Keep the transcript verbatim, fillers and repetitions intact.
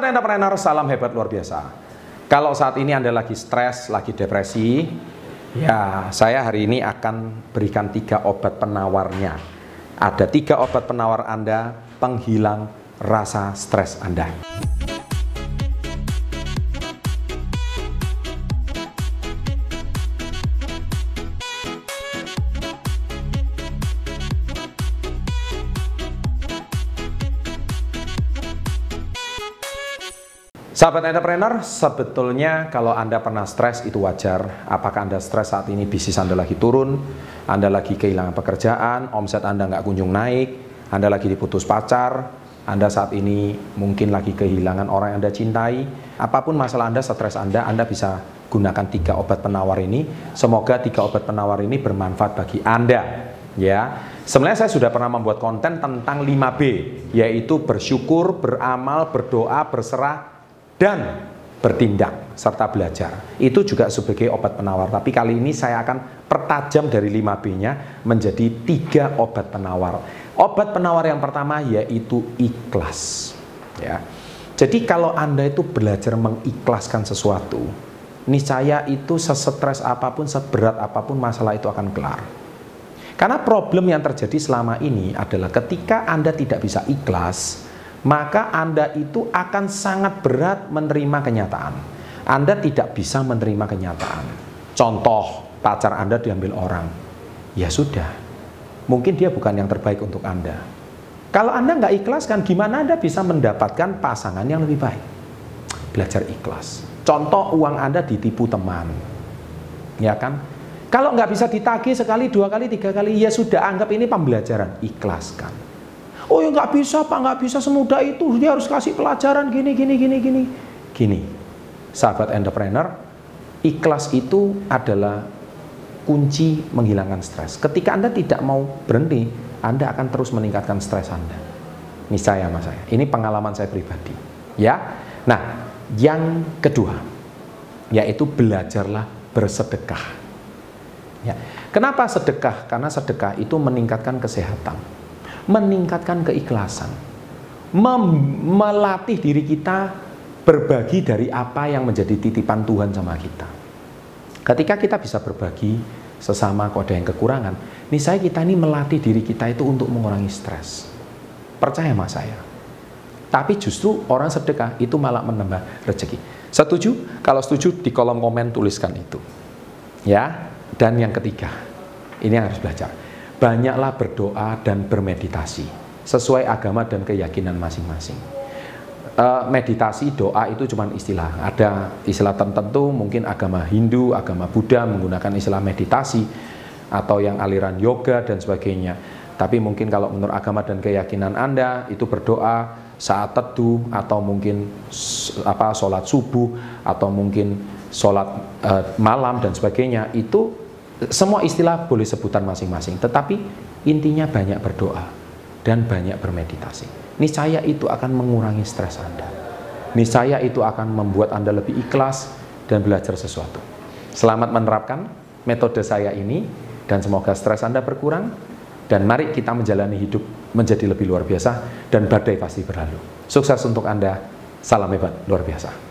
Sahabat entrepreneur, salam hebat luar biasa. Kalau saat ini Anda lagi stres, lagi depresi, ya saya hari ini akan berikan tiga obat penawarnya. Ada tiga obat penawar Anda penghilang rasa stres Anda. Sahabat entrepreneur, sebetulnya kalau Anda pernah stres itu wajar. Apakah Anda stres saat ini bisnis Anda lagi turun, Anda lagi kehilangan pekerjaan, omset Anda nggak kunjung naik, Anda lagi diputus pacar, Anda saat ini mungkin lagi kehilangan orang yang Anda cintai. Apapun masalah Anda, stres Anda, Anda bisa gunakan tiga obat penawar ini. Semoga tiga obat penawar ini bermanfaat bagi Anda. Ya, sebenarnya saya sudah pernah membuat konten tentang lima B, yaitu bersyukur, beramal, berdoa, berserah, dan bertindak serta belajar. Itu juga sebagai obat penawar. Tapi kali ini saya akan pertajam dari lima B-nya menjadi tiga obat penawar. Obat penawar yang pertama yaitu ikhlas. Ya. Jadi kalau Anda itu belajar mengikhlaskan sesuatu, niscaya itu sesetres apapun, seberat apapun masalah itu akan kelar. Karena problem yang terjadi selama ini adalah ketika Anda tidak bisa ikhlas, maka Anda itu akan sangat berat menerima kenyataan. Anda tidak bisa menerima kenyataan. Contoh, pacar Anda diambil orang. Ya sudah, mungkin dia bukan yang terbaik untuk Anda. Kalau Anda nggak ikhlaskan, gimana Anda bisa mendapatkan pasangan yang lebih baik? Belajar ikhlas. Contoh, uang Anda ditipu teman. Ya kan? Kalau nggak bisa ditagih sekali, dua kali, tiga kali, ya sudah, anggap ini pembelajaran. Ikhlaskan. Oh ya nggak bisa Pak, nggak bisa semudah itu, dia harus kasih pelajaran gini, gini, gini, gini. Gini, sahabat entrepreneur, ikhlas itu adalah kunci menghilangkan stres. Ketika Anda tidak mau berhenti, Anda akan terus meningkatkan stres Anda. Ini saya mas saya, ini pengalaman saya pribadi. Ya, nah yang kedua, yaitu belajarlah bersedekah. Ya, kenapa sedekah? Karena sedekah itu meningkatkan kesehatan, meningkatkan keikhlasan, melatih diri kita berbagi dari apa yang menjadi titipan Tuhan sama kita. Ketika kita bisa berbagi sesama kalau ada yang kekurangan, niscaya kita ini melatih diri kita itu untuk mengurangi stres. Percaya sama saya. Tapi justru orang sedekah itu malah menambah rezeki. Setuju? Kalau setuju di kolom komen tuliskan itu. Ya. Dan yang ketiga, ini yang harus belajar. Banyaklah berdoa dan bermeditasi sesuai agama dan keyakinan masing-masing. Uh, meditasi, doa itu cuma istilah. Ada istilah tertentu, mungkin agama Hindu, agama Buddha menggunakan istilah meditasi, atau yang aliran yoga dan sebagainya. Tapi mungkin kalau menurut agama dan keyakinan Anda itu berdoa saat teduh, atau mungkin apa sholat subuh, atau mungkin sholat uh, malam dan sebagainya, itu semua istilah boleh sebutan masing-masing, tetapi intinya banyak berdoa dan banyak bermeditasi. Niscaya itu akan mengurangi stres Anda. Niscaya itu akan membuat Anda lebih ikhlas dan belajar sesuatu. Selamat menerapkan metode saya ini dan semoga stres Anda berkurang. Dan mari kita menjalani hidup menjadi lebih luar biasa dan badai pasti berlalu. Sukses untuk Anda. Salam hebat luar biasa.